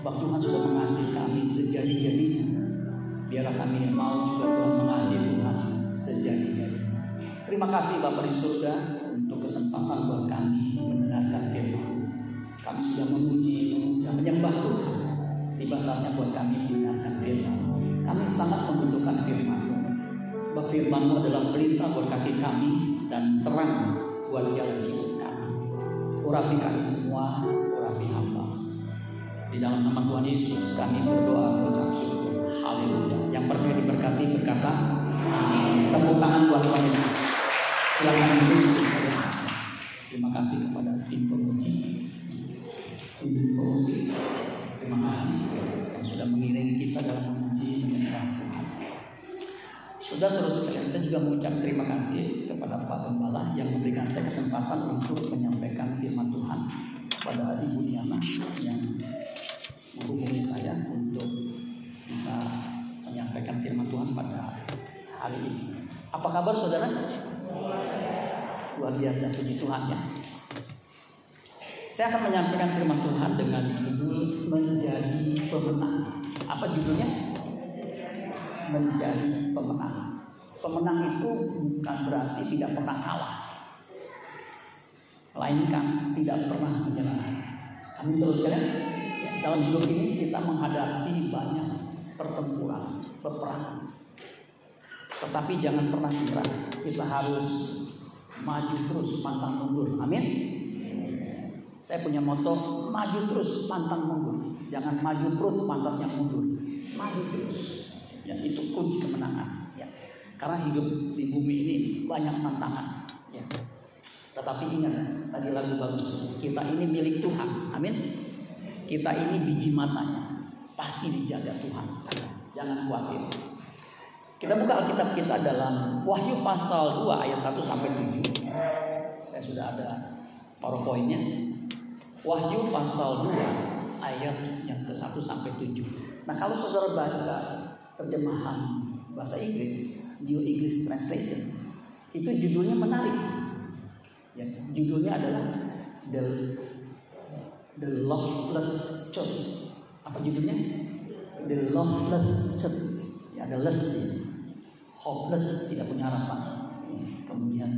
Sebab Tuhan sudah mengasihi kami sejadi-jadinya. Biarlah kami mau juga Tuhan mengasihi Tuhan sejadi-jadinya. Terima kasih Bapa di surga untuk kesempatan buat kami mendengarkan firman. Kami sudah memuji dan menyembah Tuhan. Tiba saatnya buat kami mendengarkan firman. Kami sangat membutuhkan firman. Sebab firman-Mu adalah pelita buat kaki kami dan terang buat jalan hidup kami. Urapi kami semua, urapi hamba. Di dalam nama Tuhan Yesus kami berdoa mengucap syukur. Haleluya. Yang percaya diberkati berkata amin. Tepuk tangan buat Tuhan Yesus. Silakan duduk. Terima kasih kepada tim pemuji, tim pemusik. Terima kasih yang sudah mengiringi kita dalam memuji menyembah Tuhan. Saudara-saudara sekalian, saya juga mengucap terima kasih kepada Pak Gembala yang memberikan saya kesempatan untuk menyampaikan firman Tuhan pada Ibu Diana yang menghubungi saya untuk bisa menyampaikan firman Tuhan pada hari ini. Apa kabar saudara? Luar biasa, puji Tuhan ya. Saya akan menyampaikan firman Tuhan dengan judul menjadi pemenang. Apa judulnya? Menjadi pemenang. Pemenang itu bukan berarti tidak pernah kalah, melainkan tidak pernah menyerah. Amin saudara sekalian. Dalam hidup ini kita menghadapi banyak pertempuran, peperangan. Tetapi jangan pernah menyerah. Kita harus maju terus, pantang mundur. Amin. Saya punya moto, maju terus, pantang mundur. Jangan maju terus, pantatnya mundur. Maju terus. Ya, itu kunci kemenangan. Ya. Karena hidup di bumi ini banyak tantangan. Ya. Tetapi ingat, tadi lagu bagus. Kita ini milik Tuhan. Amin. Kita ini biji matanya. Pasti dijaga Tuhan. Jangan khawatir. Kita buka Alkitab kita dalam Wahyu pasal 2 ayat 1 sampai 7. Saya sudah ada PowerPoint-nya. Wahyu pasal 2 ayat yang ke-1 sampai 7. Nah, kalau saudara baca terjemahan bahasa Inggris, New English Translation, itu judulnya menarik. Ya, judulnya adalah The Loveless Church. Apa judulnya? The Loveless Church. Ya, ada less, hopeless, tidak punya harapan. Kemudian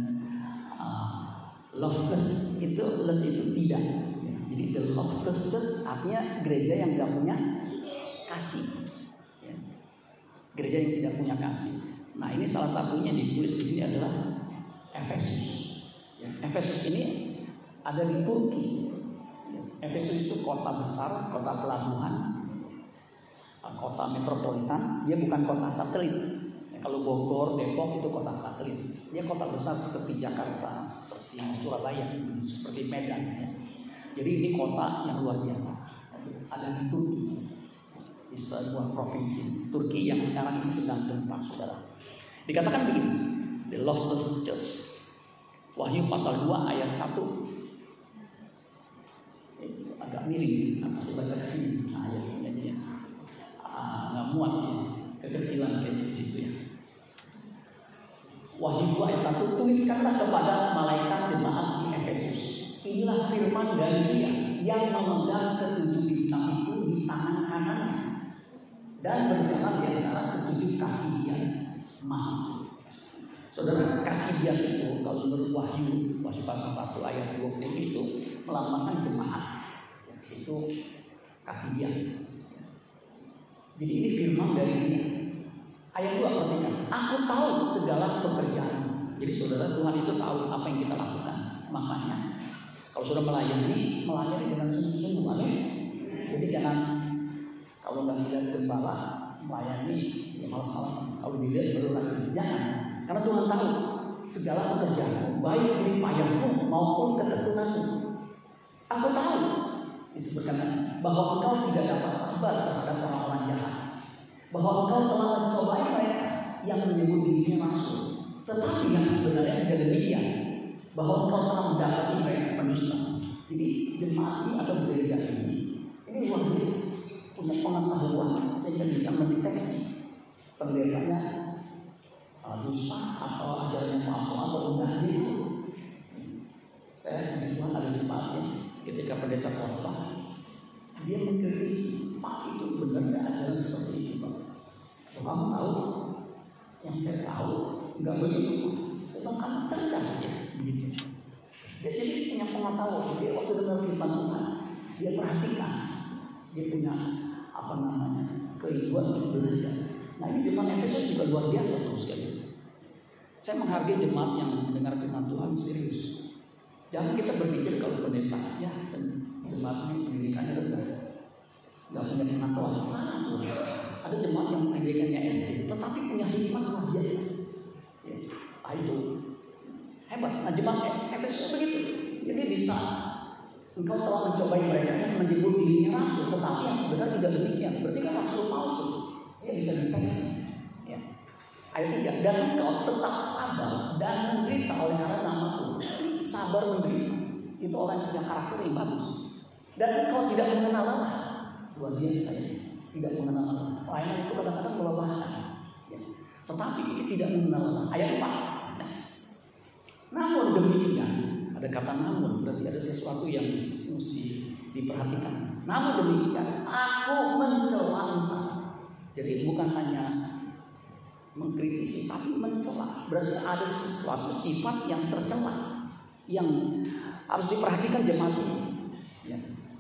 loveless itu tidak. Jadi the loveless church artinya gereja yang tidak punya kasih. Gereja yang tidak punya kasih. Nah, ini salah satunya ditulis di sini adalah Efesus. Efesus ini ada di Turki. Efesus itu kota besar, kota pelabuhan, kota metropolitan. Dia bukan kota satelit. Kalau Bogor, Depok itu kota satelit. Dia kota besar seperti Jakarta, seperti Surabaya, seperti Medan. Jadi ini kota yang luar biasa. Ada di Turki, di sebuah provinsi Turki yang sekarang ini sedang gempa, saudara. Dikatakan begini, The Loveless Church. Wahyu pasal 2 ayat 1. Agak miring, masih baca di sini. Ayat ini aja ya. Nggak muat ya, kekecilan kayak di situ ya. Wahyu 2 ayat 1, tuliskanlah kepada malaikat jemaat di Efesus. Inilah firman dari Dia yang memegang ketujuh bintang itu di tangan kanannya dan berjalan di antara ketujuh kaki Dia masih. Saudara, kaki Dia itu kalau menurut Wahyu pasal 1 ayat 20 itu melambangkan jemaat. Itu kaki Dia. Jadi ini firman dari Dia. Ayat 2 perhatikan. Aku tahu segala pekerjaan. Jadi saudara, Tuhan itu tahu apa yang kita lakukan. Makanya kalau sudah melayani dengan sungguh-sungguh. Amin. Jadi jangan kalau nggak dilihat gembala melayani ya malas-malasan. Kalau dilihat baru lagi. Jangan. Karena Tuhan tahu segala pekerjaan, baik jerih payahmu maupun ketekunanmu. Aku tahu disebutkan bahwa engkau tidak dapat sabar terhadap orang-orang jahat, bahwa engkau telah mencobai mereka yang menyebut dirinya rasul, tetapi yang sebenarnya tidak demikian, bahwa engkau telah mendapati mereka pendusta. Jadi jemaat ini atau gereja ini luar biasa punya pengetahuan sehingga bisa mendeteksi pendetanya dusta atau ajaran yang palsu atau enggak itu. Saya cuma ada jemaatnya ketika pendeta khotbah dia mengkritisi Sebenarnya ajaran seperti itu, Pak. Kamu tahu, yang saya tahu nggak begitu. Sebab kamu cerdas ya, begitu. Dia jadi punya pengetahuan. Dia waktu dengar firman Tuhan, dia perhatikan, dia punya keibuan untuk belajar. Nah ini jemaat Efesus juga luar biasa terus sekali. Saya menghargai jemaat yang mendengar firman Tuhan serius. Jangan kita berpikir kalau pendeta ya jemaatnya pendidikannya rendah, nggak punya pengetahuan. Salah tuh. Ada jemaat yang pendidikannya SD, tetapi punya hikmat luar biasa. Ya, itu hebat. Nah jemaat Efesus begitu. Jadi bisa engkau telah mencobai mereka yang menyebut dirinya rasul, tetapi yang sebenarnya tidak demikian. Berarti kan rasul palsu. Dia bisa deteksi. Ya. Ayat 3, dan engkau tetap sabar dan menderita oleh karena namaku. Sabar menderita. Itu orang yang punya karakter yang bagus. Dan engkau tidak mengenal lelah. Luar biasa ya. Tidak mengenal lelah. Pelayanan itu kadang-kadang melelahkan. Ya. Tetapi ini tidak mengenal lelah. Ayat 4. Next. Namun demikian, ada kata namun, berarti ada sesuatu yang mesti diperhatikan. Namun demikian, aku mencela engkau. Jadi bukan hanya mengkritisi, tapi mencela. Berarti ada sesuatu sifat yang tercela, yang harus diperhatikan jemaat ini. Ya.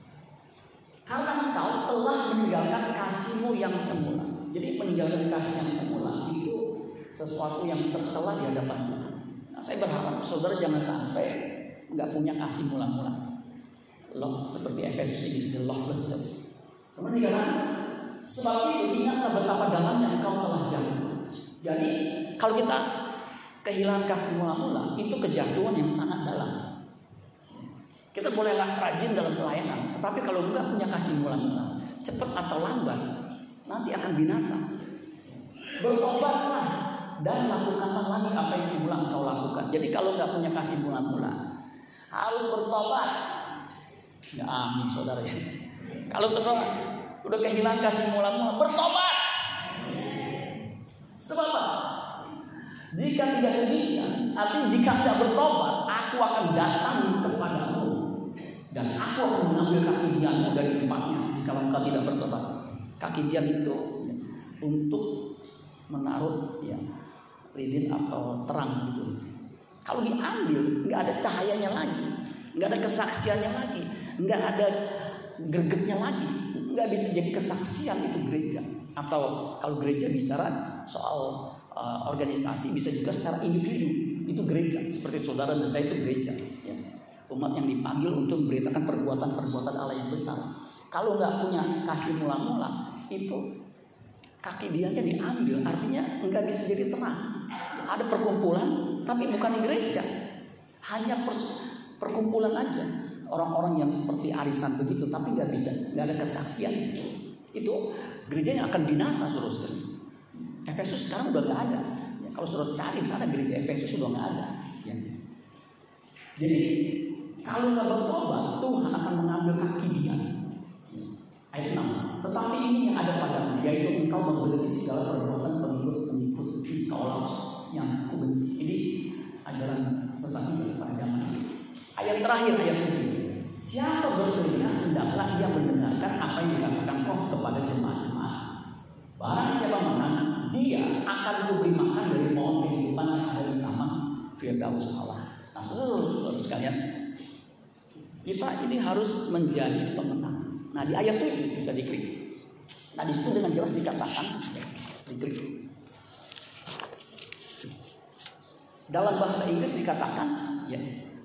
Karena engkau telah meninggalkan kasihmu yang semula. Jadi meninggalkan kasih yang semula itu sesuatu yang tercela di hadapan Tuhan. Nah, saya berharap saudara jangan sampai nggak punya kasih mula-mula. Seperti Efesus ini, the loveless church. Kemudian sebab itu ingatlah betapa dalamnya engkau telah jatuh. Jadi kalau kita kehilangan kasih mula-mula, itu kejatuhan yang sangat dalam. Kita boleh rajin dalam pelayanan, tetapi kalau enggak punya kasih mula-mula, cepat atau lambat nanti akan binasa. Bertobatlah dan lakukanlah lagi apa yang semula engkau lakukan. Jadi kalau enggak punya kasih mula-mula, harus bertobat. Ya amin saudara ya. Kalau saudara udah kehilangan kasih mula-mula, bertobat. Sebab apa? Jika tidak demikian, artinya jika tidak bertobat, aku akan datang kepadamu dan aku akan mengambil kaki dianmu dari tempatnya. Jika engkau tidak bertobat, kaki dian itu ya, untuk menaruh ya lilin atau terang gitu. Kalau diambil, nggak ada cahayanya lagi, nggak ada kesaksiannya lagi, nggak ada gregetnya lagi, nggak bisa jadi kesaksian itu gereja. Atau kalau gereja bicara soal organisasi, bisa juga secara individu itu gereja. Seperti saudara dan saya itu gereja. Ya. Umat yang dipanggil untuk memberitakan perbuatan-perbuatan Allah yang besar. Kalau nggak punya kasih mula-mula, itu kaki dianya diambil, artinya nggak bisa jadi terang. Ada perkumpulan, tapi bukan gereja, hanya perkumpulan aja. Orang-orang yang seperti arisan begitu, tapi nggak bisa, nggak ada kesaksian. Itu gerejanya akan binasa, saudara. Efesus sekarang udah nggak ada. Ya, kalau saudara cari sana gereja Efesus sudah nggak ada. Ya. Jadi kalau nggak bertobat, Tuhan akan mengambil kaki dia. Ayat 6. Tetapi ini yang ada padamu, yaitu engkau membenci segala perbuatan pengikut-pengikut Nikolaus yang kubenci. Ini ajaran sesat pada zaman ini. Ayat terakhir, ayat 7. Siapa bergerak hendaklah ia mendengarkan apa yang dikatakan Roh kepada jemaat-jemaat. Barang siapa menang, dia akan diberi makan dari pohon kehidupan yang ada di taman Firdaus Allah. Nah, saudara-saudara sekalian, kita ini harus menjadi pemenang. Nah, di ayat 7 bisa diklik. Nah, di situ dengan jelas dikatakan, diklik. Dalam bahasa Inggris dikatakan, ya,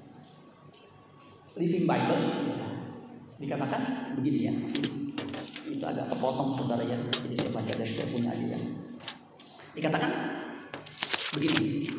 Living Bible dikatakan begini ya. Itu agak kepotong saudara ya. Jadi saya baca dari saya punya aja ya. Dikatakan begini.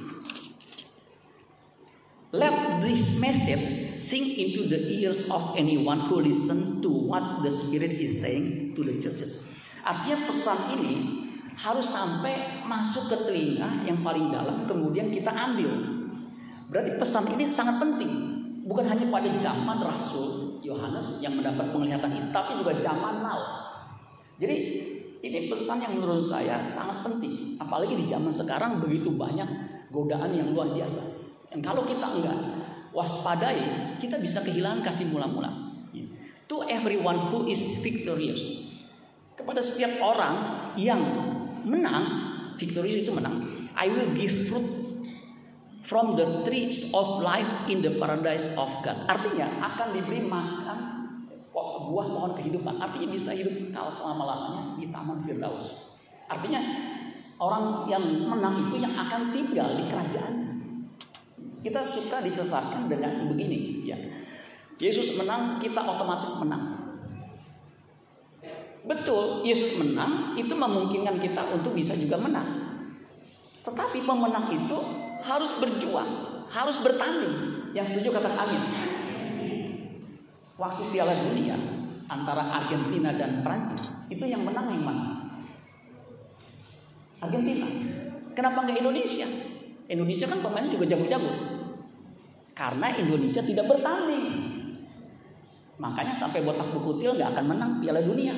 Let this message sink into the ears of anyone who listen to what the Spirit is saying to the churches. Artinya pesan ini harus sampai masuk ke telinga yang paling dalam, kemudian kita ambil. Berarti pesan ini sangat penting. Bukan hanya pada zaman Rasul Yohanes yang mendapat penglihatan itu, tapi juga zaman now. Jadi ini pesan yang menurut saya sangat penting. Apalagi di zaman sekarang begitu banyak godaan yang luar biasa. Dan kalau kita enggak waspadai, kita bisa kehilangan kasih mula-mula. To everyone who is victorious. kepada setiap orang yang menang, victorious itu menang, I will give fruit from the trees of life in the paradise of God. Artinya akan diberi makan buah pohon kehidupan. Artinya bisa hidup selama-lamanya di Taman Firdaus. Artinya orang yang menang itu yang akan tinggal di kerajaan. Kita suka disesatkan dengan begini, ya. Yesus menang, kita otomatis menang. Betul, Yesus menang itu memungkinkan kita untuk bisa juga menang. Tetapi pemenang itu harus berjuang, harus bertanding. Yang setuju katakan amin. Waktu Piala Dunia antara Argentina dan Prancis, itu yang menang yang mana? Argentina. Kenapa nggak Indonesia? Indonesia kan pemainnya juga jago-jago. Karena Indonesia tidak bertanding. Makanya sampai botak bukutil nggak akan menang Piala Dunia.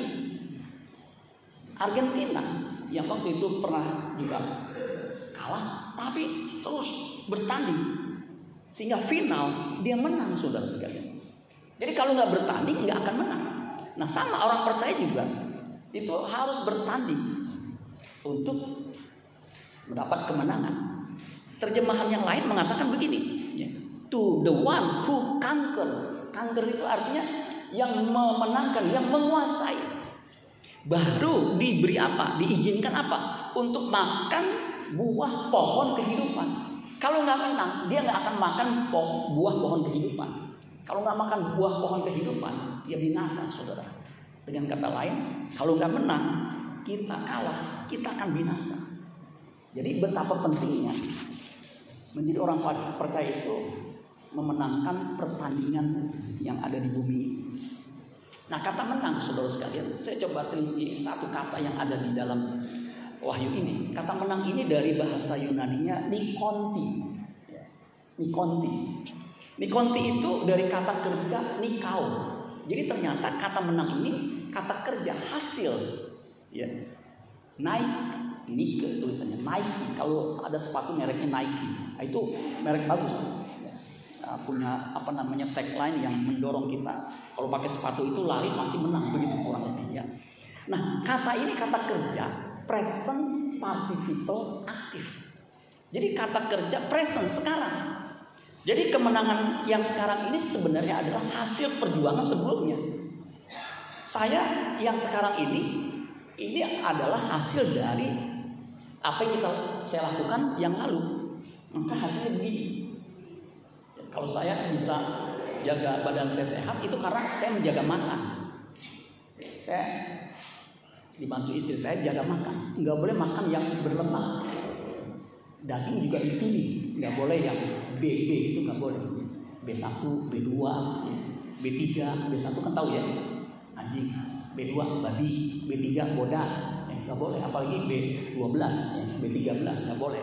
Argentina yang waktu itu pernah juga kalah, tapi terus bertanding sehingga final dia menang, saudara sekalian. Jadi kalau nggak bertanding nggak akan menang. Nah sama orang percaya juga itu harus bertanding untuk mendapat kemenangan. Terjemahan yang lain mengatakan begini, ya, to the one who conquers. Conquer itu artinya yang memenangkan, yang menguasai. Baru diberi apa? Diizinkan apa? Untuk makan buah pohon kehidupan. Kalau nggak menang, dia nggak akan makan buah pohon kehidupan. Kalau nggak makan buah pohon kehidupan, dia binasa, saudara. Dengan kata lain, kalau nggak menang, kita kalah, kita akan binasa. Jadi betapa pentingnya menjadi orang percaya itu memenangkan pertandingan yang ada di bumi. Nah, kata menang, saudara sekalian, saya coba teliti satu kata yang ada di dalam Wahyu ini. Kata menang ini dari bahasa Yunaninya nikonti. Nikonti. Nikonti itu dari kata kerja nikau. Jadi ternyata kata menang ini kata kerja hasil. Ya. Nike tulisannya Nike. Kalau ada sepatu mereknya Nike, itu merek bagus. Punya tagline yang mendorong kita kalau pakai sepatu itu lari pasti menang, begitu kurang lebih ya. Nah, kata ini kata kerja present participle aktif. Jadi kata kerja present sekarang. Jadi kemenangan yang sekarang ini sebenarnya adalah hasil perjuangan sebelumnya. Saya yang sekarang ini adalah hasil dari apa yang saya lakukan yang lalu. Maka hasilnya begini. Kalau saya bisa jaga badan saya sehat itu karena saya menjaga makan. Saya dibantu istri saya jaga makan. Nggak boleh makan yang berlemak. Daging juga dipilih. Nggak boleh yang BB itu nggak boleh. B1, B2, B3, B1 kan tahu ya, anjing. B2 babi, B3 boda. Nggak boleh. Apalagi B12, B13 nggak boleh.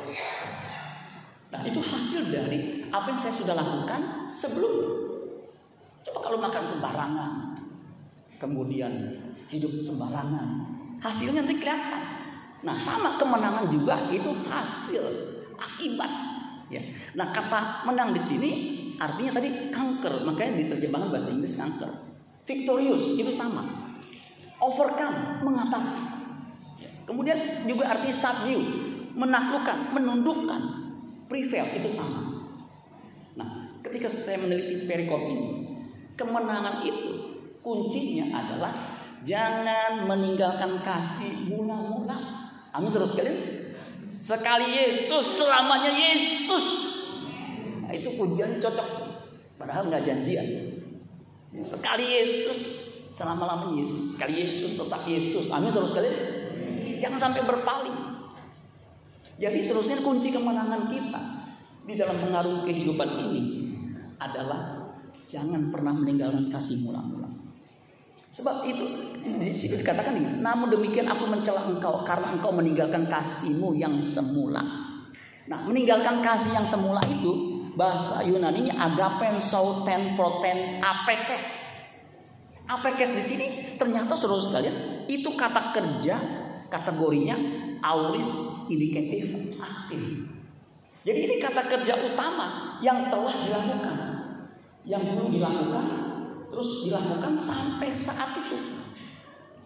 Nah itu hasil dari apa yang saya sudah lakukan sebelumnya. Coba kalau makan sembarangan, kemudian hidup sembarangan, hasilnya nanti kelihatan. Nah sama kemenangan juga itu hasil akibat. Ya. Nah kata menang di sini artinya tadi conquer, makanya diterjemahkan bahasa Inggris conquer. Victorious itu sama, overcome mengatasi. Ya. Kemudian juga artinya subdue, menaklukkan, menundukkan. Prevail itu sama. Nah, ketika saya meneliti perikop ini, kemenangan itu kuncinya adalah jangan meninggalkan kasih mula-mula. Amin, saudara sekalian. Sekali Yesus, selamanya Yesus. Nah, itu pujian cocok. Padahal nggak janjian. Sekali Yesus, selama-lamanya Yesus. Sekali Yesus, tetap Yesus. Amin, saudara sekalian. Jangan sampai berpaling. Jadi seterusnya kunci kemenangan kita di dalam mengarungi kehidupan ini adalah jangan pernah meninggalkan kasih mula-mula. Sebab itu dikatakan ini, namun demikian aku mencela engkau karena engkau meninggalkan kasihmu yang semula. Nah, meninggalkan kasih yang semula itu bahasa Yunaninya agapen souten proten apekes. Apekes di sini ternyata saudara sekalian itu kata kerja kategorinya auris indikatif aktif. Jadi ini kata kerja utama yang telah dilakukan, yang belum dilakukan, terus dilakukan sampai saat itu.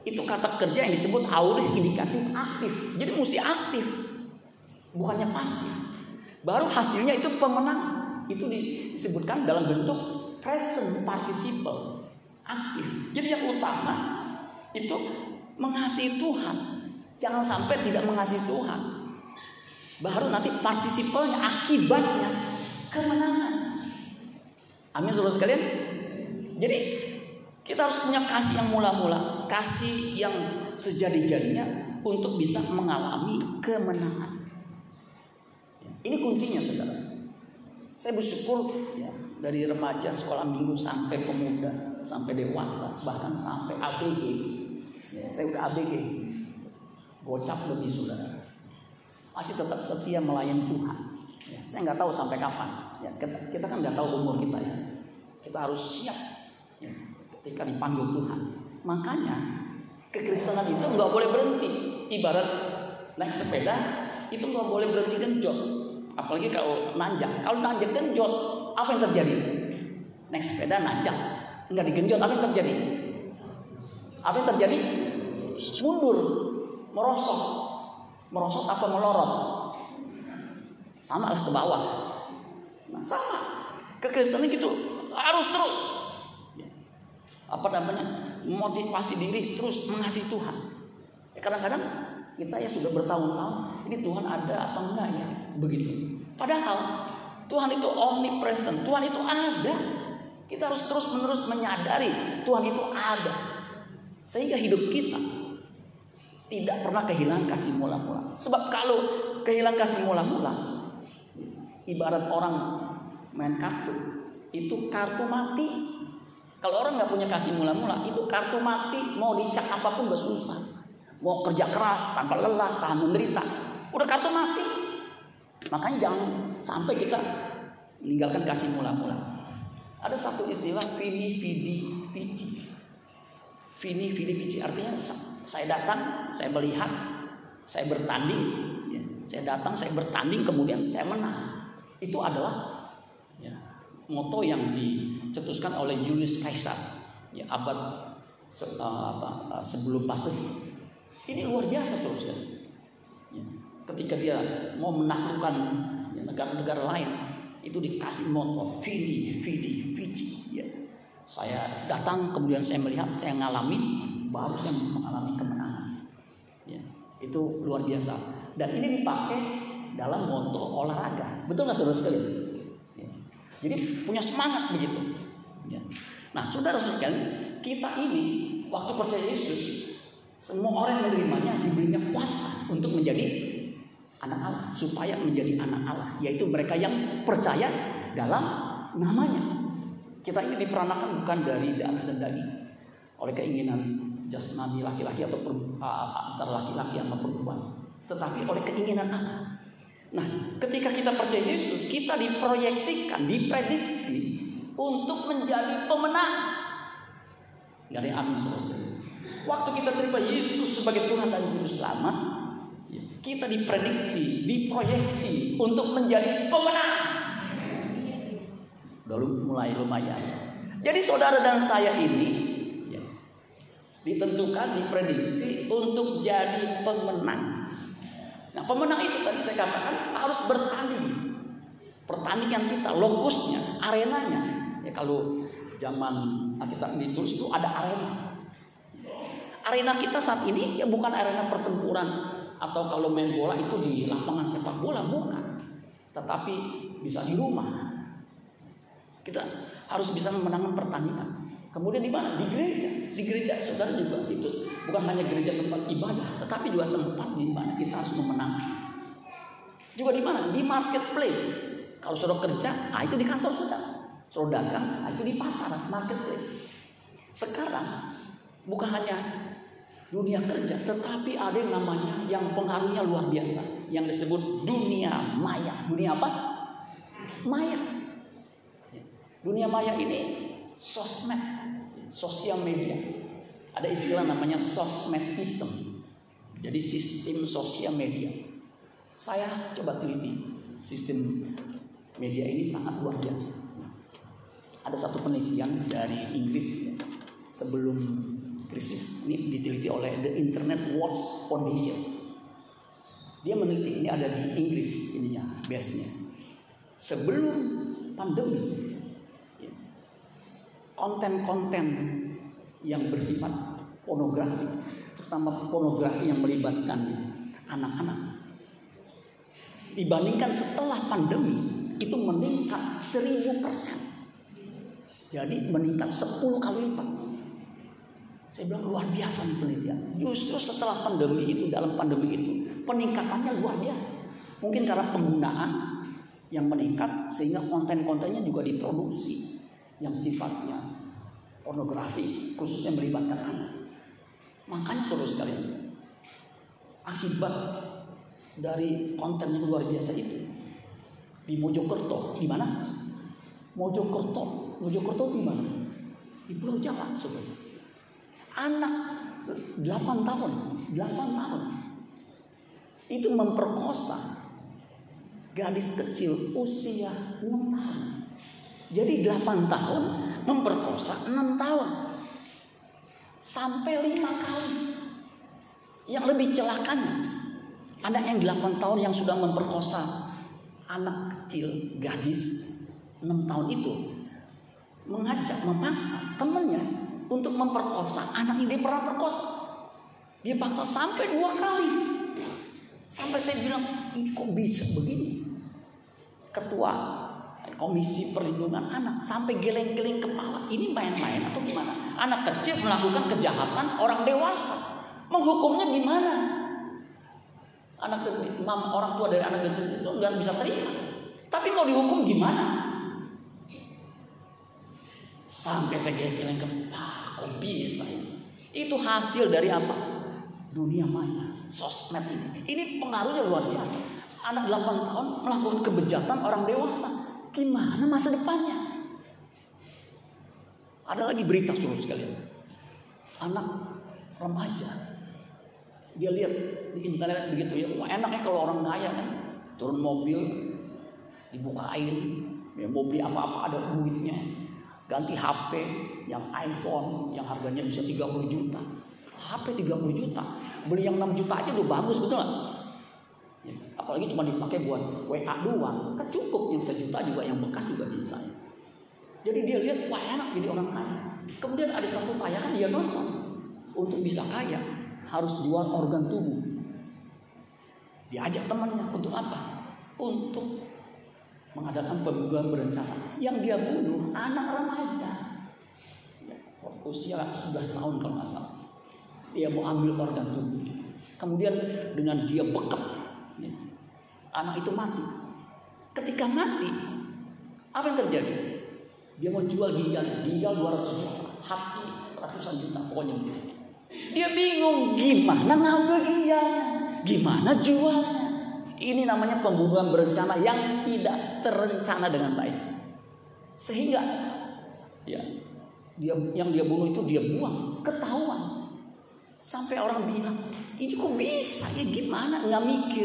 Itu kata kerja yang disebut aorist indikatif aktif. Jadi mesti aktif, bukannya pasif. Baru hasilnya itu pemenang. Itu disebutkan dalam bentuk present participle, aktif. Jadi yang utama itu mengasihi Tuhan. Jangan sampai tidak mengasihi Tuhan. Baru nanti partisipalnya, akibatnya kemenangan. Amin, saudara sekalian. Jadi kita harus punya kasih yang mula-mula, kasih yang sejadi-jadinya untuk bisa mengalami kemenangan. Ini kuncinya, saudara. Saya bersyukur ya, dari remaja, sekolah minggu sampai pemuda, sampai dewasa, bahkan sampai ABG. Ya, saya udah ABG, gocap lebih, saudara. Masih tetap setia melayani Tuhan. Ya, saya nggak tahu sampai kapan. Ya, kita kan nggak tahu umur kita ya. Kita harus siap ya, ketika dipanggil Tuhan. Makanya kekristenan itu nggak boleh berhenti. Ibarat naik sepeda itu nggak boleh berhenti genjot. Apalagi kalau nanjak. Kalau nanjak genjot, apa yang terjadi? Naik sepeda nanjak, nggak digenjot, apa yang terjadi? Apa yang terjadi? Mundur, merosot. Merosot apa melorot? Sama lah ke bawah. Nah, sama. Kekristenan gitu harus terus. Apa namanya? Motivasi diri terus mengasihi Tuhan. Kadang-kadang kita ya sudah bertahun-tahun, ini Tuhan ada apa enggak ya? Begitu. Padahal Tuhan itu omnipresent, Tuhan itu ada. Kita harus terus-menerus menyadari Tuhan itu ada. Sehingga hidup kita tidak pernah kehilangan kasih mula-mula. Sebab kalau kehilangan kasih mula-mula, ibarat orang main kartu, itu kartu mati. Kalau orang nggak punya kasih mula-mula, itu kartu mati. Mau dicak apapun udah susah. Mau kerja keras tanpa lelah, tahan menderita, udah kartu mati. Makanya jangan sampai kita meninggalkan kasih mula-mula. Ada satu istilah vini vidi vici. Vini vidi vici artinya saya datang, saya melihat, saya bertanding. Ya. Saya datang, saya bertanding, kemudian saya menang. Itu adalah ya, moto yang dicetuskan oleh Julius Caesar ya, abad sebelum Masehi. Ini luar biasa terus ya. Ketika dia mau menaklukkan ya, negara-negara lain, itu dikasih moto vini vidi vici. Ya. Saya datang, kemudian saya melihat, saya ngalami, baru saya mengalami kemenangan. Ya, itu luar biasa. Dan ini dipakai dalam moto olahraga. Betul nggak saudara sekalian? Ya. Jadi punya semangat begitu. Ya. Nah, saudara sekalian, kita ini waktu percaya Yesus, semua orang yang menerimanya diberinya kuasa untuk menjadi anak Allah, supaya menjadi anak Allah, yaitu mereka yang percaya dalam namanya. Kita ini diperanakan bukan dari darah dan daging, oleh keinginan jasmani laki-laki atau antara laki-laki atau perempuan, tetapi oleh keinginan Allah. Nah, ketika kita percaya Yesus, kita diproyeksikan, diprediksi untuk menjadi pemenang. Gak ada yang amin, saudara. Waktu kita terima Yesus sebagai Tuhan dan Juru Selamat, kita diprediksi, diproyeksi untuk menjadi pemenang. Lalu mulai lumayan. Jadi saudara dan saya ini ya, ditentukan, diprediksi untuk jadi pemenang. Nah, pemenang itu tadi saya katakan harus bertanding. Pertandingan kita, lokusnya, arenanya. Ya, kalau zaman kita ditulis itu ada arena. Arena kita saat ini ya bukan arena pertempuran atau kalau main bola itu di lapangan sepak bola, bukan. Tetapi bisa di rumah. Kita harus bisa memenangkan pertandingan. Kemudian di mana? Di gereja. Di gereja saudara juga itu bukan hanya gereja tempat ibadah, tetapi juga tempat di mana kita harus memenangkan. Juga di mana? Di marketplace. Kalau saudara kerja, itu di kantor saudara. Saudara dagang, itu di pasar, marketplace. Sekarang bukan hanya dunia kerja, tetapi ada yang namanya yang pengaruhnya luar biasa, yang disebut dunia maya. Dunia apa? Maya. Dunia maya ini sosmed, sosial media. Ada istilah namanya sosmedism. Jadi sistem sosial media. Saya coba teliti sistem media ini sangat luar biasa. Ada satu penelitian dari Inggris sebelum krisis ini diteliti oleh The Internet Watch Foundation. Dia meneliti, ini ada di Inggris ininya, base-nya. Sebelum pandemi, konten-konten yang bersifat pornografi, terutama pornografi yang melibatkan anak-anak, dibandingkan setelah pandemi itu meningkat 1000%. Jadi meningkat 10 kali lipat. Saya bilang luar biasa nih penelitian. Justru setelah pandemi itu, dalam pandemi itu peningkatannya luar biasa. Mungkin karena penggunaan yang meningkat sehingga konten-kontennya juga diproduksi yang sifatnya pornografi, khususnya melibatkan anak. Makanya saudara sekalian, akibat dari konten yang luar biasa itu di Mojokerto, di mana? Mojokerto di mana? Di Pulau Jawa, saudara. Anak 8 tahun itu memperkosa gadis kecil usia 6 tahun. Jadi 8 tahun memperkosa 6 tahun. Sampai 5 kali. Yang lebih celakanya, anak yang 8 tahun yang sudah memperkosa anak kecil gadis 6 tahun itu mengajak, memaksa temannya untuk memperkosa anak yang dia pernah perkosa. Dia paksa sampai 2 kali. Sampai saya bilang, ini kok bisa begini? Ketua Komisi Perlindungan Anak sampai geleng-geleng kepala. Ini main-main atau gimana? Anak kecil melakukan kejahatan orang dewasa. Menghukumnya gimana? Orang tua dari anak kecil itu nggak bisa terima. Tapi mau dihukum gimana? Sampai saya geleng-geleng kepala. Kok bisa ini? Itu hasil dari apa? Dunia maya, sosmed ini. Ini pengaruhnya luar biasa. Anak 8 tahun melakukan kebejatan orang dewasa. Gimana masa depannya? Ada lagi berita saudara sekalian. Anak remaja. Dia lihat di internet begitu ya. Wah, enaknya kalau orang kaya kan. Turun mobil, dibukain. Ya, mau beli apa-apa ada duitnya. Ganti HP yang iPhone yang harganya bisa 30 juta. HP 30 juta. Beli yang 6 juta aja udah bagus, betul gak? Ya, apalagi cuma dipakai buat WA doang. Kan cukup yang 1 juta juga, yang bekas juga bisa. Jadi dia lihat, wah enak jadi orang kaya. Kemudian ada satu tayangan dia nonton. Untuk bisa kaya harus jual organ tubuh. Diajak temannya untuk apa? Untuk mengadakan pembunuhan berencana. Yang dia bunuh anak remaja. Ya, usia 11 tahun kalau nggak salah. Dia mau ambil organ tubuh. Kemudian dengan dia bekap, ya, anak itu mati. Ketika mati, apa yang terjadi? Dia mau jual ginjal 200 juta, hati ratusan juta, pokoknya. Dia bingung gimana ngambil ginjalnya, gimana jualnya. Ini namanya pembunuhan berencana yang tidak terencana dengan baik. Sehingga ya, yang dia bunuh itu dia buang, ketahuan. Sampai orang bilang, ini kok bisa ya, gimana, nggak mikir.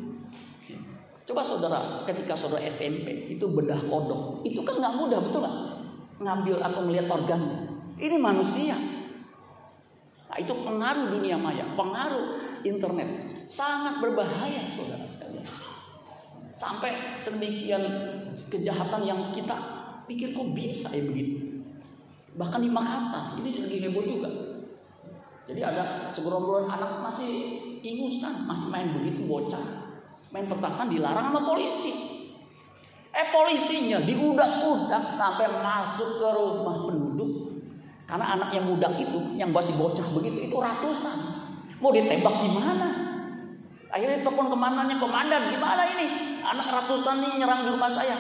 Coba saudara, ketika saudara SMP itu bedah kodok, itu kan nggak mudah, betul nggak? Ngambil atau melihat organnya. Ini manusia. Nah, itu pengaruh dunia maya, pengaruh internet, sangat berbahaya saudara sekalian. Sampai sedemikian kejahatan yang kita pikir kok bisa ya begitu. Bahkan di Makassar, ini lagi heboh juga. Jadi ada segerombolan anak masih ingusan, masih main begitu bocah, main petasan dilarang sama polisi. Polisinya diudak-udak sampai masuk ke rumah penduduk. Karena anak yang muda itu, yang masih bocah begitu, itu ratusan. Mau ditembak gimana? Akhirnya telepon kemananya, komandan, gimana ini? Anak ratusan nih nyerang di rumah saya.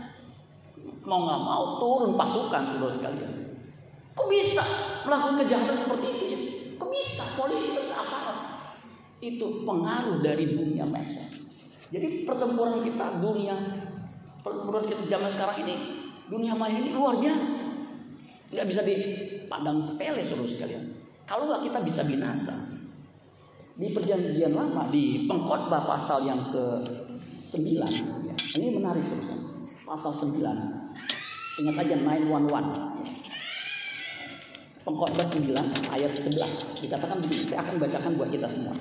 Mau nggak mau turun pasukan saudara sekalian. Kok bisa melakukan kejahatan seperti itu ya? Kok bisa polisi aparat? Itu pengaruh dari dunia medsos. Jadi pertempuran kita zaman sekarang ini, dunia maya ini luar biasa. Nggak bisa dipandang sepele saudara sekalian. Kalau nggak kita bisa binasa. Di perjanjian lama, di pengkhotbah pasal yang ke-9 ya. Ini menarik terus. Pasal 9. Ingat aja 911. Pengkhotbah 9 ayat 11 dikatakan begini, saya akan bacakan buat kita semua.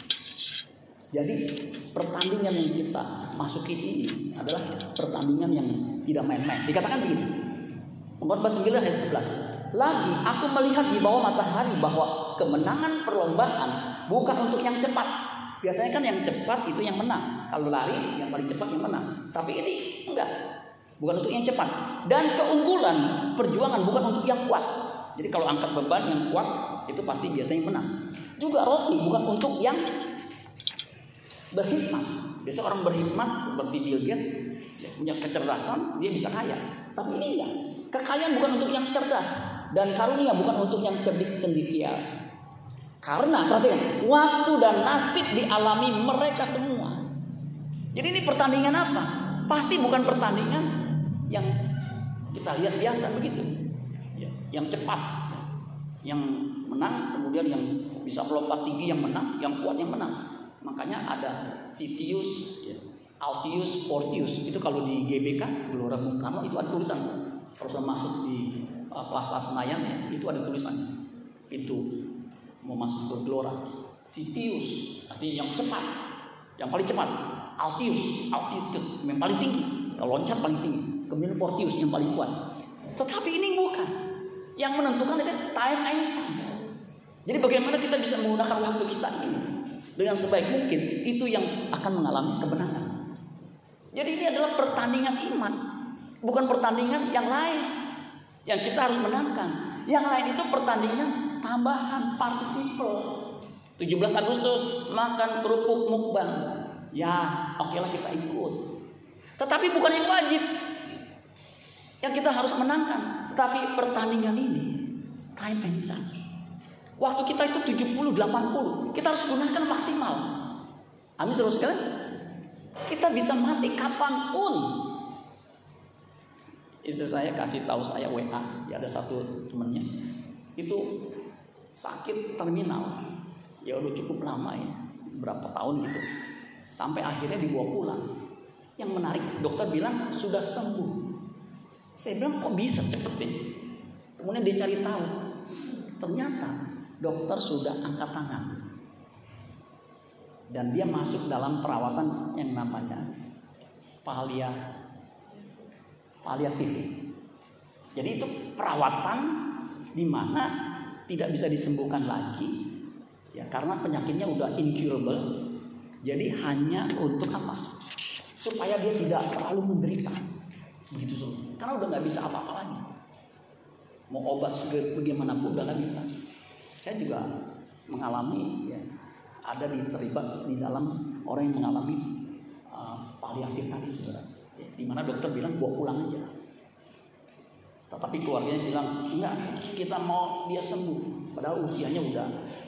Jadi pertandingan yang kita masuki ini adalah pertandingan yang tidak main-main. Dikatakan begini, Pengkhotbah 9 ayat 11. Lagi aku melihat di bawah matahari bahwa kemenangan perlombaan bukan untuk yang cepat. Biasanya kan yang cepat itu yang menang. Kalau lari yang paling cepat yang menang. Tapi ini enggak, bukan untuk yang cepat. Dan keunggulan perjuangan bukan untuk yang kuat. Jadi kalau angkat beban yang kuat itu pasti biasanya menang. Juga roti bukan untuk yang berhikmat. Biasa orang berhikmat seperti Bill Gates punya kecerdasan, dia bisa kaya. Tapi ini enggak. Kekayaan bukan untuk yang cerdas dan karunia bukan untuk yang cerdik cendekia. Karena perhatikan, waktu dan nasib dialami mereka semua. Jadi ini pertandingan apa? Pasti bukan pertandingan yang kita lihat biasa begitu. Yang cepat, yang menang, kemudian yang bisa melompat tinggi yang menang, yang kuat yang menang. Makanya ada Sitius, Altius, Fortius. Itu kalau di GBK, Gelora Bung Karno itu ada tulisan. Kalau saya masuk di Plaza Senayan itu ada tulisan. Itu mau masuk ke Gelora. Sitius artinya yang cepat, yang paling cepat. Altius, altitude yang paling tinggi, kalau loncat paling tinggi. Kemudian Fortius yang paling kuat. Tetapi ini bukan. Yang menentukan adalah time and chance. Jadi bagaimana kita bisa menggunakan waktu kita ini dengan sebaik mungkin, itu yang akan mengalami kemenangan. Jadi ini adalah pertandingan iman, bukan pertandingan yang lain yang kita harus menangkan. Yang lain itu pertandingan tambahan, partisipal. 17 Agustus makan kerupuk mukbang. Ya, oke lah kita ikut. Tetapi bukan yang wajib yang kita harus menangkan. Tetapi pertandingan ini time and chance. Waktu kita itu 70-80. Kita harus gunakan maksimal. Amin saudara sekalian. Kita bisa mati kapanpun. Istri saya kasih tahu saya WA. Ya ada satu temannya. Itu sakit terminal. Ya udah cukup lama ya. Berapa tahun gitu. Sampai akhirnya dibawa pulang. Yang menarik dokter bilang sudah sembuh. Saya bilang kok bisa cepet ya? Kemudian dia cari tahu. Ternyata dokter sudah angkat tangan. Dan dia masuk dalam perawatan yang namanya paliatif. Jadi itu perawatan di mana tidak bisa disembuhkan lagi. Ya, karena penyakitnya udah incurable. Jadi hanya untuk apa? Supaya dia tidak terlalu menderita. Begitu so. Karena udah nggak bisa apa-apa lagi. Mau obat bagaimanapun udah nggak bisa. Saya juga mengalami, ya, ada terlibat di dalam orang yang mengalami paliatif tadi, saudara. Ya, di mana dokter bilang bawa pulang aja. Tetapi keluarganya bilang enggak, kita mau dia sembuh. Padahal usianya udah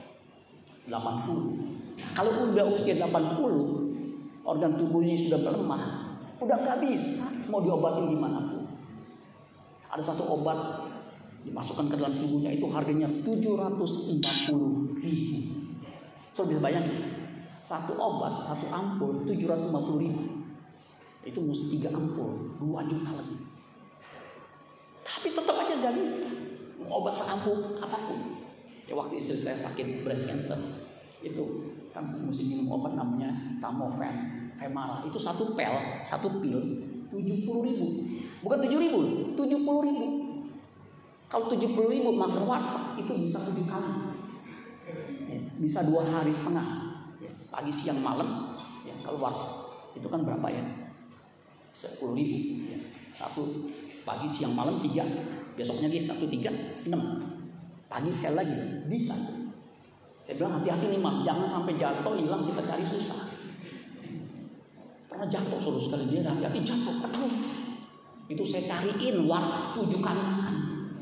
80. Kalau udah usia 80, organ tubuhnya sudah melemah. Udah nggak bisa mau diobatin gimana pun. Ada satu obat dimasukkan ke dalam tubuhnya itu harganya 750.000. So bisa bayangin, satu obat, satu ampul 750.000. Itu mesti 3 ampul, 2 juta lebih. Tapi tetap aja nggak bisa mau obat seampul apapun. Ya waktu istri saya sakit breast cancer, itu kan mesti minum obat namanya Tamofen. Femara itu satu pil 70.000, bukan 7.000, 70.000. Kalau 70.000 makan warteg itu bisa 7 kali, ya, bisa 2 hari setengah, ya, pagi siang malam. Ya, kalau warteg itu kan berapa ya? 10.000, ya, 1 pagi siang malam 3, besoknya lagi 1 3 6, pagi sekali lagi bisa. Saya bilang hati-hati nih Mam, jangan sampai jatuh hilang kita cari susah. Pernah jatuh suruh sekali dia hati-hati jatuh, aduh. Itu saya cariin warteg 7 kali makan.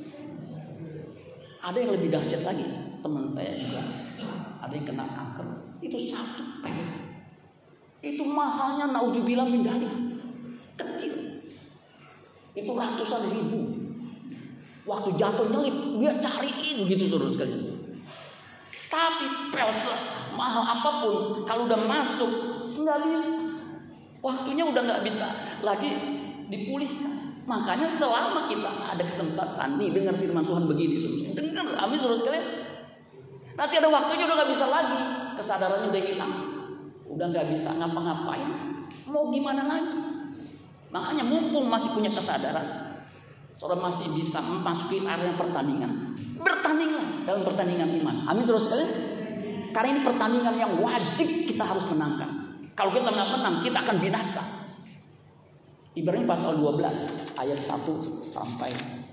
Ada yang lebih dahsyat lagi, teman saya juga ada yang kena kanker. Itu 1 pil. Itu mahalnya naudzubillah min dzalik. Kecil. Itu ratusan ribu. Waktu jatuh nyelip, dia cariin gitu terus sekali. Tapi pil mahal apapun kalau udah masuk nggak bisa. Waktunya udah nggak bisa lagi dipulihkan. Makanya selama kita ada kesempatan nih dengar firman Tuhan begini, dengar, amin saudara sekalian. Nanti ada waktunya udah gak bisa lagi, kesadarannya udah hilang, udah gak bisa ngapa-ngapain, mau gimana lagi? Makanya mumpung masih punya kesadaran, saudara masih bisa memasuki area pertandingan, bertandinglah dalam pertandingan iman, amin saudara sekalian. Karena ini pertandingan yang wajib kita harus menangkan. Kalau kita nggak menang, kita akan binasa. Ibrani pasal 12 ayat 1 sampai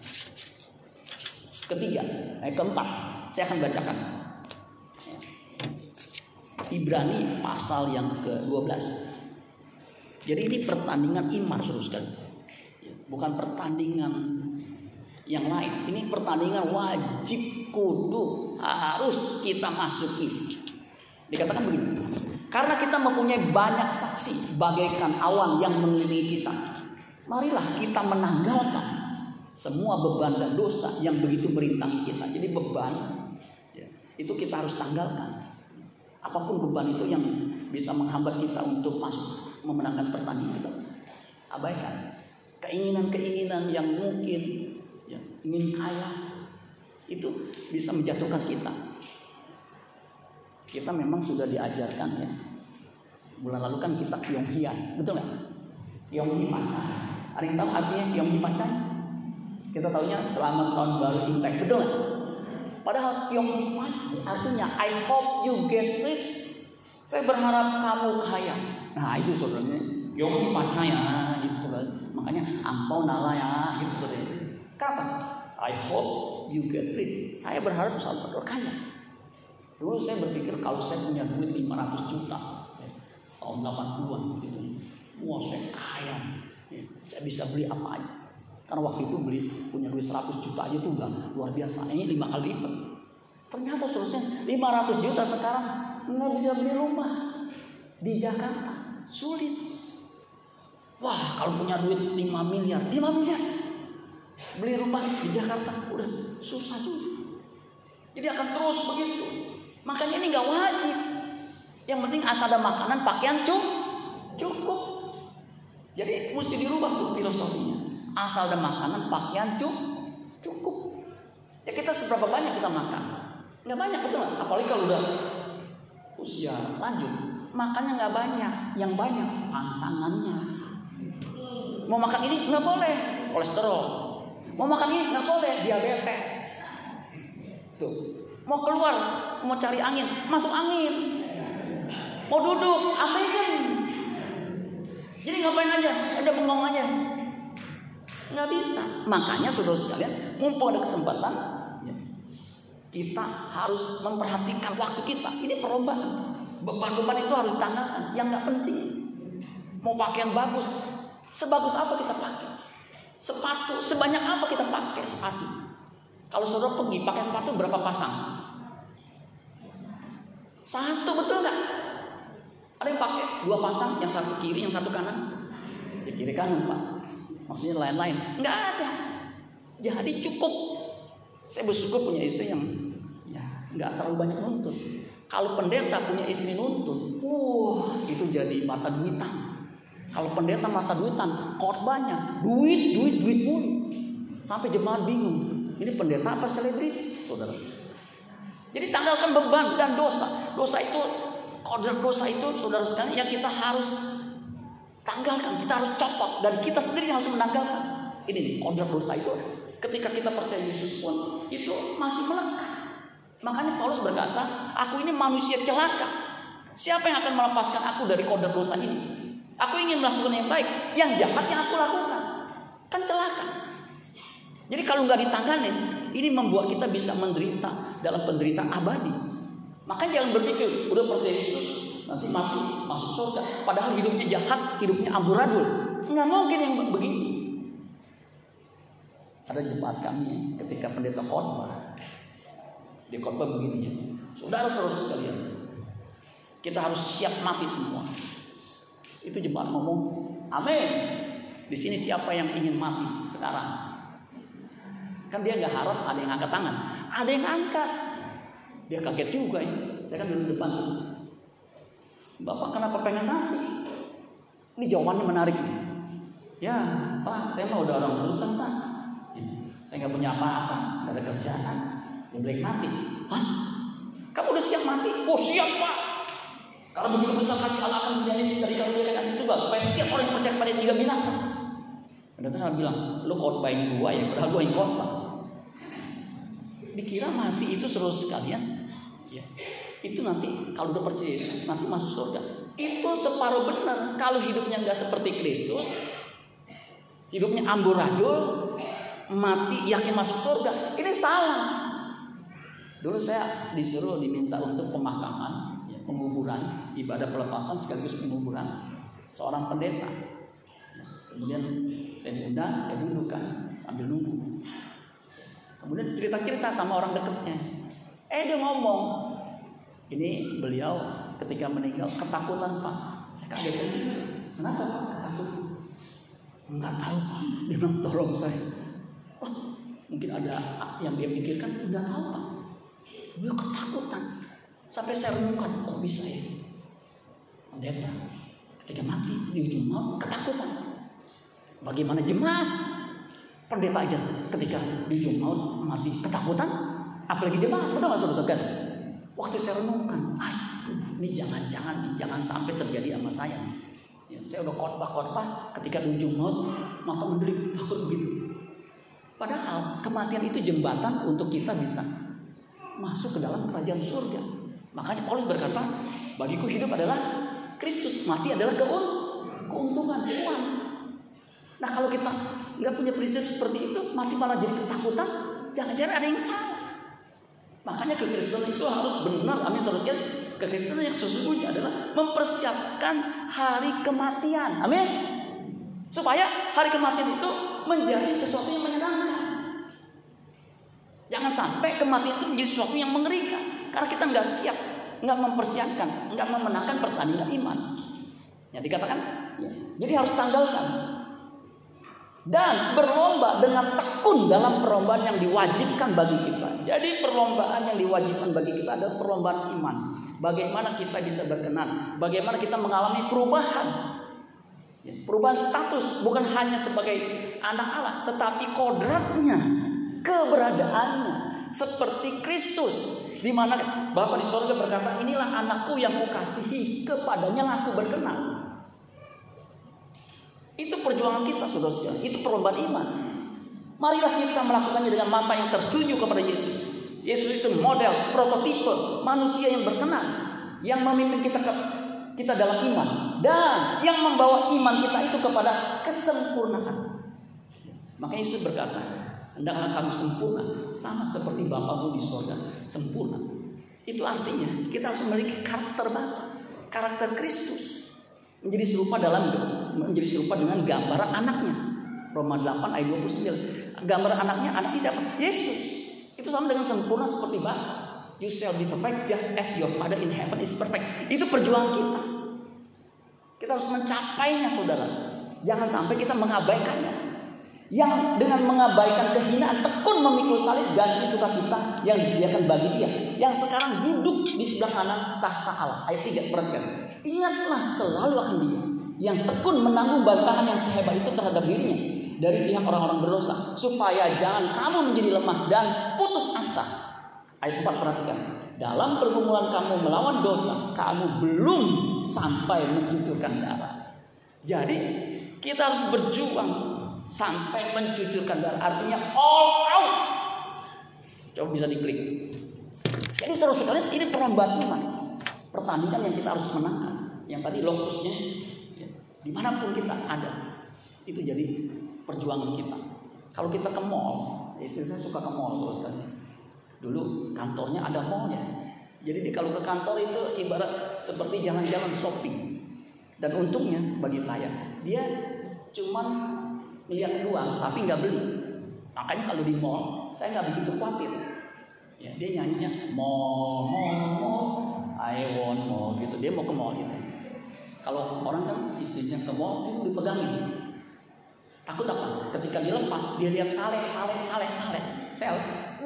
ketiga, ayat keempat. Saya akan bacakan. Ibrani pasal yang ke-12. Jadi ini pertandingan iman saudara. Bukan pertandingan yang lain. Ini pertandingan wajib, kudu, harus kita masuki. Dikatakan begini. Karena kita mempunyai banyak saksi bagaikan awan yang mengelilingi kita. Marilah kita menanggalkan semua beban dan dosa yang begitu merintangi kita. Jadi beban itu kita harus tanggalkan. Apapun beban itu yang bisa menghambat kita untuk masuk memenangkan pertandingan kita, abaikan. Keinginan-keinginan yang mungkin ingin kaya itu bisa menjatuhkan kita. Kita memang sudah diajarkan ya. Bulan lalu kan kita Yonghian, betul nggak? Yonghi Pacan. Ada yang tahu artinya Yonghi Pacan? Kita tahunya selamat tahun baru Imlek, betul nggak? Padahal Yonghi Pacan artinya I hope you get rich. Saya berharap kamu kaya. Nah itu saudaranya Yonghi Pacan ya, gitu saudara. Makanya ampau nala ya, gitu saudara. Kenapa? I hope you get rich. Saya berharap saudara kaya. Dulu saya berpikir kalau saya punya duit 500 juta tahun 80-an gitu. Wah saya kaya, saya bisa beli apa aja. Karena waktu itu punya duit 100 juta aja tuh udah luar biasa. Ini 5 kali lipat. Ternyata seterusnya 500 juta sekarang nggak bisa beli rumah di Jakarta, sulit. Wah kalau punya duit 5 miliar beli rumah di Jakarta udah susah juga. Jadi akan terus begitu. Makanya ini gak wajib. Yang penting asal ada makanan, pakaian cukup. Jadi mesti dirubah tuh filosofinya. Asal ada makanan, pakaian cukup. Ya kita seberapa banyak kita makan? Gak banyak, betul gak? Apalagi kalau udah usia lanjut, makannya gak banyak. Yang banyak pantangannya. Mau makan ini gak boleh, kolesterol. Mau makan ini gak boleh, diabetes. Tuh. Mau keluar, mau cari angin, masuk angin. Mau duduk, abaikan. Jadi ngapain aja, ada bengong aja. Nggak bisa. Makanya saudara sekalian, mumpung ada kesempatan, kita harus memperhatikan waktu kita. Ini perlombaan. Beban-beban itu harus ditanggalkan. Yang nggak penting. Mau pakaian bagus, sebagus apa kita pakai? Sepatu, sebanyak apa kita pakai sepatu? Kalau saudara pergi pakai sepatu berapa pasang? 1, betul nggak? Ada yang pakai 2 pasang, yang satu kiri, yang satu kanan. Ya kiri kanan pak. Maksudnya lain-lain. Nggak ada. Jadi cukup. Saya bersyukur punya istri yang nggak terlalu banyak nuntut. Kalau pendeta punya istri nuntut, itu jadi mata duitan. Kalau pendeta mata duitan, khotbahnya duit mulu. Sampai jemaat bingung. Ini pendeta apa selebriti, saudara? Jadi tanggalkan beban dan dosa. Dosa itu, kodrat dosa itu, saudara sekalian, yang kita harus tanggalkan. Kita harus copot dan kita sendiri harus menanggalkan. Ini nih, kodrat dosa itu, ketika kita percaya Yesus pun itu masih melekat. Makanya Paulus berkata, aku ini manusia celaka. Siapa yang akan melepaskan aku dari kodrat dosa ini? Aku ingin melakukan yang baik, yang jahat yang aku lakukan. Kan celaka. Jadi kalau nggak ditanganin, ini membuat kita bisa menderita dalam penderitaan abadi. Makanya jangan berpikir udah percaya Yesus nanti mati masuk surga. Padahal hidupnya jahat, hidupnya amburadul. Nggak mungkin yang begini. Ada jemaat kami ketika pendeta khotbah, dia khotbah begini ya. Saudara-saudara sekalian, kita harus siap mati semua. Itu jemaat ngomong, amin. Di sini siapa yang ingin mati sekarang? Kan dia nggak harap ada yang angkat tangan, ada yang angkat. Dia kaget juga ya. Saya kan duduk depan tuh. Bapak kenapa pengen mati? Ini jawabannya menarik. Ya, Pak, saya mau udah orang susah Pak. Saya nggak punya apa-apa, nggak ada kerjaan, boleh mati. Hah? Kamu udah siap mati? Oh siap Pak. Kalau begitu besar kasih Allah akan menjadi dari karunia itu Pak, supaya setiap orang yang percaya pada tidak binasa. Dan terus saya bilang, lu khotbahin gua ya, padahal gua yang khotbah. Dikira mati itu seru sekalian, ya. Itu nanti kalau udah percaya Yesus nanti masuk surga. Itu separuh benar. Kalau hidupnya nggak seperti Kristus, hidupnya amburadul, mati yakin masuk surga, ini salah. Dulu saya disuruh diminta untuk pemakaman, ya, penguburan, ibadah pelepasan sekaligus penguburan seorang pendeta. Kemudian saya diundang, saya dudukkan sambil nunggu. Kemudian cerita-cerita sama orang dekatnya. Dia ngomong, ini beliau ketika meninggal ketakutan Pak. Saya kaget. Kenapa Pak ketakutan? Enggak tahu Pak. Dia bilang tolong saya. Mungkin ada yang dia pikirkan, enggak tahu Pak. Beliau ketakutan. Sampai saya renungkan, kok bisa ya? Pendeta ketika mati di ujung maut ketakutan. Bagaimana jemaat? Pendeta aja ketika di ujung maut mati ketakutan, apalagi jemaat. Betul nggak saudara? Waktu saya renungkan, ini jangan sampai terjadi sama saya. Ya, saya udah khotbah ketika di ujung maut mata mendelik, takut begitu. Padahal kematian itu jembatan untuk kita bisa masuk ke dalam kerajaan surga. Makanya Paulus berkata, bagiku hidup adalah Kristus, mati adalah keuntungan, uang. Nah kalau kita nggak punya prinsip seperti itu, mati malah jadi ketakutan, jangan-jangan ada yang salah. Makanya kekristenan itu harus benar, amin saudara. Kekristenan yang sesungguhnya adalah mempersiapkan hari kematian, amin. Supaya hari kematian itu menjadi sesuatu yang menyenangkan. Jangan sampai kematian itu menjadi sesuatu yang mengerikan, karena kita nggak siap, nggak mempersiapkan, nggak memenangkan pertandingan iman. Ya dikatakan, ya. Jadi harus tanggalkan. Dan berlomba dengan tekun dalam perlombaan yang diwajibkan bagi kita. Jadi perlombaan yang diwajibkan bagi kita adalah perlombaan iman. Bagaimana kita bisa berkenan, bagaimana kita mengalami perubahan. Perubahan status bukan hanya sebagai anak Allah, tetapi kodratnya, keberadaannya seperti Kristus, di mana Bapa di sorga berkata, inilah anakku yang kukasihi, kepadanya aku berkenan. Itu perjuangan kita saudara sekalian, itu perlombaan iman. Marilah kita melakukannya dengan mata yang tertuju kepada Yesus. Yesus itu model, prototipe manusia yang berkenan, yang memimpin kita dalam iman, dan yang membawa iman kita itu kepada kesempurnaan. Maka Yesus berkata, hendaklah kamu sempurna, sama seperti Bapamu di surga sempurna. Itu artinya kita harus memiliki karakter Bapa, karakter Kristus, menjadi serupa dengan gambaran anaknya. Roma 8 ayat 29. Gambaran anaknya siapa? Yesus. Itu sama dengan sempurna seperti Bapa. You shall be perfect just as your Father in heaven is perfect. Itu perjuangan kita. Kita harus mencapainya, saudara. Jangan sampai kita mengabaikannya. Yang dengan mengabaikan kehinaan, tekun memikul salib, ganti sukacita yang disediakan bagi dia, yang sekarang duduk di sebelah kanan tahta Allah. Ayat 3, perhatikan. Ingatlah selalu akan dia yang tekun menanggung bantahan yang sehebat itu terhadap dirinya dari pihak orang-orang berdosa, supaya jangan kamu menjadi lemah dan putus asa. Ayat 4, perhatikan. Dalam pergumulan kamu melawan dosa, kamu belum sampai mencucurkan darah. Jadi kita harus berjuang sampai mencucurkan darah, artinya all out. Coba bisa diklik. Jadi saudara sekalian, ini perlombaan iman, pertandingan yang kita harus menangkan. Yang tadi lokusnya, ya, dimanapun kita ada, itu jadi perjuangan kita. Kalau kita ke mall, istri saya suka ke mall terus kan. Dulu kantornya ada mallnya, jadi kalau ke kantor itu ibarat seperti jalan-jalan shopping. Dan untungnya bagi saya, dia cuman lihat doang, tapi nggak beli. Makanya kalau di mall, saya nggak begitu khawatir. Ya, dia nyanyinya mall, I want mall gitu. Dia mau ke mall gitu. Kalau orang kan istrinya ke mall itu dipegangin. Takut apa? Ketika dilepas, dia lihat sales. Sales,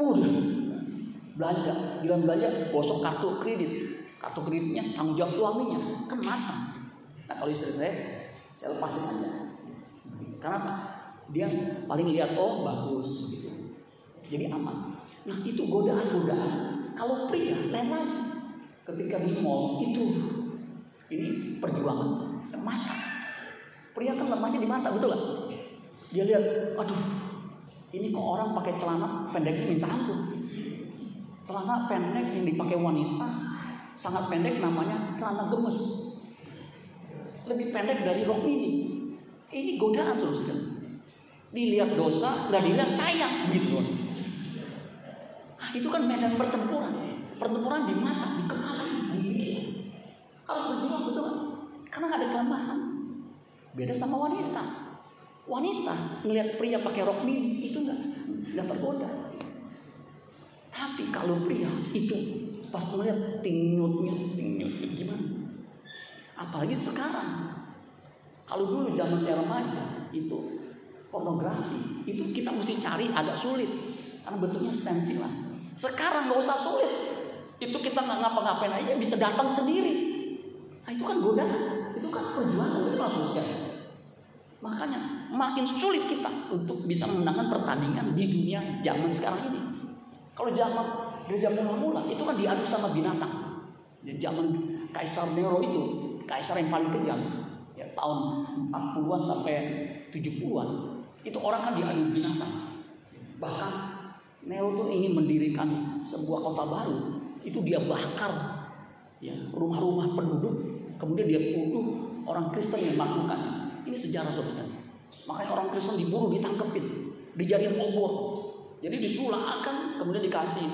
belanja, bilang belanja, gosok kartu kredit. Kartu kreditnya tanggung jawab suaminya, kan matang. Nah kalau istri saya lepasin aja. Kenapa? Dia paling lihat, oh bagus gitu. Jadi aman. Nah itu godaan-godaan. Kalau pria lain lagi. Ketika di mall itu, ini perjuangan mata. Pria kan lemahnya di mata, betul gak? Dia lihat, aduh, ini kok orang pakai celana pendeknya minta ampun. Celana pendek yang dipakai wanita sangat pendek, namanya celana gemes. Lebih pendek dari rok mini. Ini godaan terus kan. Dilihat dosa, nggak dilihat sayang gitu. Nah, itu kan medan pertempuran. Pertempuran di mata, di kepala, di pikiran. Harus berjuang, betul kan? Karena nggak ada kelemahan. Beda sama wanita. Wanita ngelihat pria pakai rok mini itu nggak tergoda. Tapi kalau pria itu pas ngelihat tingnyutnya gimana? Apalagi sekarang. Kalau dulu zaman saya remaja itu pornografi itu kita mesti cari agak sulit karena bentuknya stensilan. Sekarang nggak usah sulit. Itu kita nggak ngapa-ngapain aja bisa datang sendiri. Nah, itu kan godaan, itu kan perjuangan, itu kan sosial. Makanya makin sulit kita untuk bisa memenangkan pertandingan di dunia zaman sekarang ini. Kalau dari zaman mula itu kan diadu sama binatang. Zaman Kaisar Nero itu, kaisar yang paling kejam, ya tahun 40-an sampai 70-an, itu orang kan diadu binatang. Bahkan Nero tuh ingin mendirikan sebuah kota baru, itu dia bakar ya rumah-rumah penduduk, kemudian dia tuduh orang Kristen yang melakukan. Ini sejarah saudara. Makanya orang Kristen diburu, ditangkepin, dijadiin obor. Jadi disulahkan, kemudian dikasih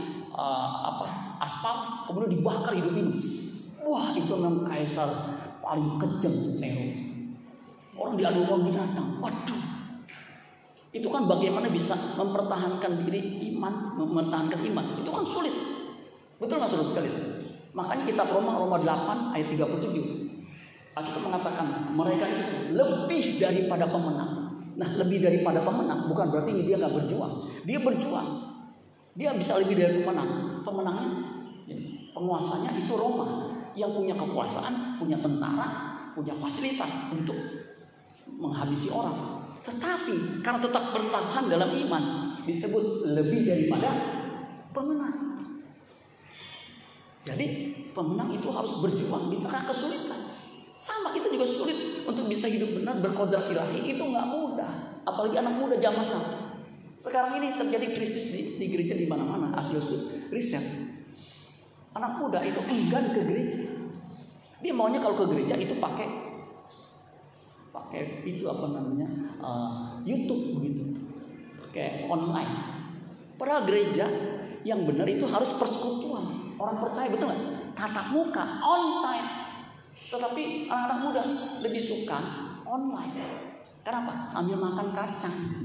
aspal, kemudian dibakar hidup-hidup. Wah, itu memang kaisar paling kejam Nero. Orang diadu sama binatang. Waduh. Itu kan bagaimana bisa mempertahankan diri iman, mempertahankan iman. Itu kan sulit. Betul nggak saudara sekalian? Makanya kitab Roma 8 ayat 37. Kita mengatakan mereka itu lebih daripada pemenang. Nah, lebih daripada pemenang bukan berarti dia nggak berjuang. Dia berjuang. Dia bisa lebih dari pemenang. Pemenangnya, penguasanya itu Roma yang punya kekuasaan, punya tentara, punya fasilitas untuk menghabisi orang. Tetapi karena tetap bertahan dalam iman disebut lebih daripada pemenang. Jadi pemenang itu harus berjuang di tengah kesulitan. Sama kita juga sulit untuk bisa hidup benar berkodrat ilahi, itu nggak mudah. Apalagi anak muda zaman now. Sekarang ini terjadi krisis di gereja di mana-mana. Hasil riset, anak muda itu enggan ke gereja. Dia maunya kalau ke gereja itu pakai itu YouTube begitu, pakai online. Padahal gereja yang benar itu harus persekutuan. Orang percaya, betul nggak? Tatap muka, onsite. Tetapi anak-anak muda lebih suka online. Kenapa? Sambil makan kacang.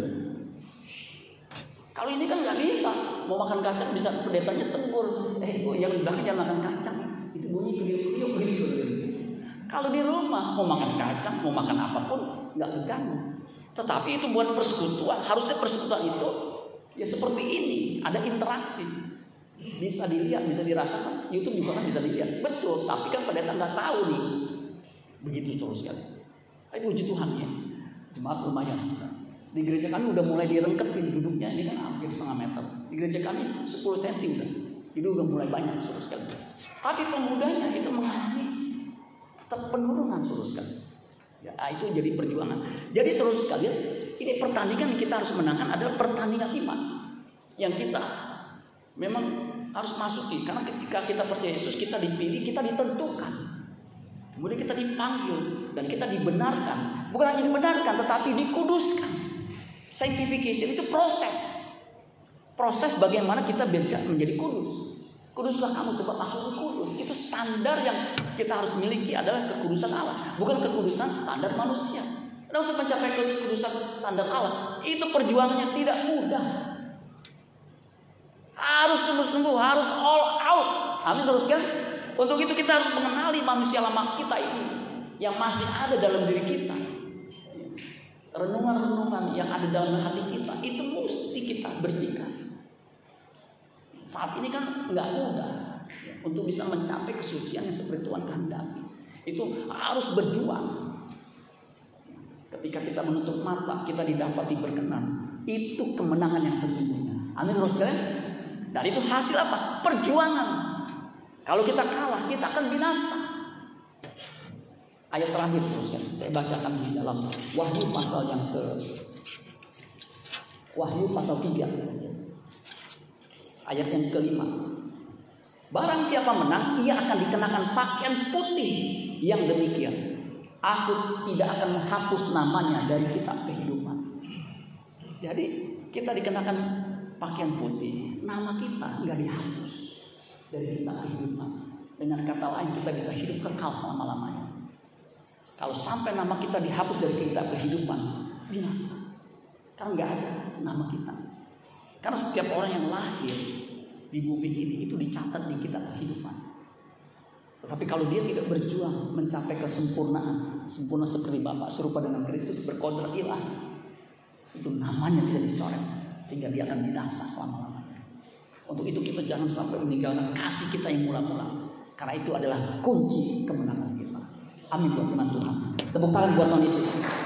Kalau ini kan nggak bisa. Mau makan kacang bisa pendetanya tegur. Yang di belakang jangan makan kacang. Itu bunyi kriuk-kriuk gitu. Kalau di rumah mau makan kacang, mau makan apapun nggak keganggu. Tetapi itu buat persekutuan. Harusnya persekutuan itu ya seperti ini. Ada interaksi. Bisa dilihat, bisa dirasakan. YouTube juga kan bisa dilihat. Betul, tapi kan pendeta nggak tahu nih. Begitu terus sekali. Tapi puji Tuhan ya, jemaat lumayan. Di gereja kami udah mulai direngketin duduknya. Ini kan hampir 1,5 meter. Di gereja kami 10 cm udah. Jadi udah mulai banyak terus sekali. Tapi pemudanya itu mengalami tetap penurunan terus sekali. Ya, itu jadi perjuangan. Jadi terus sekali, ini pertandingan yang kita harus menangkan adalah pertandingan iman. Yang kita memang harus masuki, karena ketika kita percaya Yesus, kita dipilih, kita ditentukan, kemudian kita dipanggil dan kita dibenarkan. Bukan hanya dibenarkan, tetapi dikuduskan. Sanctification itu proses bagaimana kita menjadi kudus. Kuduslah kamu sebab aku kudus. Itu standar yang kita harus miliki, adalah kekudusan Allah, bukan kekudusan standar manusia. Nah, untuk mencapai kekudusan standar Allah, itu perjuangannya tidak mudah. Harus sungguh-sungguh, harus all out. Amin, teruskan. Untuk itu kita harus mengenali manusia lama kita ini yang masih ada dalam diri kita. Renungan-renungan yang ada dalam hati kita itu mesti kita bersihkan. Saat ini kan nggak mudah untuk bisa mencapai kesucian yang seperti Tuhan kehendaki. Itu harus berjuang. Ketika kita menutup mata, kita didapati berkenan. Itu kemenangan yang sesungguhnya. Amin, saudara. Dan itu hasil apa? Perjuangan. Kalau kita kalah, kita akan binasa. Ayat terakhir, saudara, saya bacakan di dalam Wahyu pasal 3. Ayat yang kelima. Barang siapa menang, ia akan dikenakan pakaian putih yang demikian. Aku tidak akan menghapus namanya dari kitab kehidupan. Jadi kita dikenakan pakaian putih, nama kita nggak dihapus dari kitab kehidupan. Dengan kata lain, kita bisa hidup kekal selama-lamanya. Kalau sampai nama kita dihapus dari kitab kehidupan, binasa. Karena nggak ada nama kita. Karena setiap orang yang lahir di bumi ini itu dicatat di kitab kehidupan. Tetapi kalau dia tidak berjuang mencapai kesempurnaan, sempurna seperti Bapa, serupa dengan Kristus, berkodrat ilahi, itu namanya bisa dicoret sehingga dia akan binasa selama-lamanya. Untuk itu kita jangan sampai meninggalkan kasih kita yang mula-mula, karena itu adalah kunci kemenangan kita. Amin buat firman Tuhan. Tepuk tangan buat Tuhan Yesus.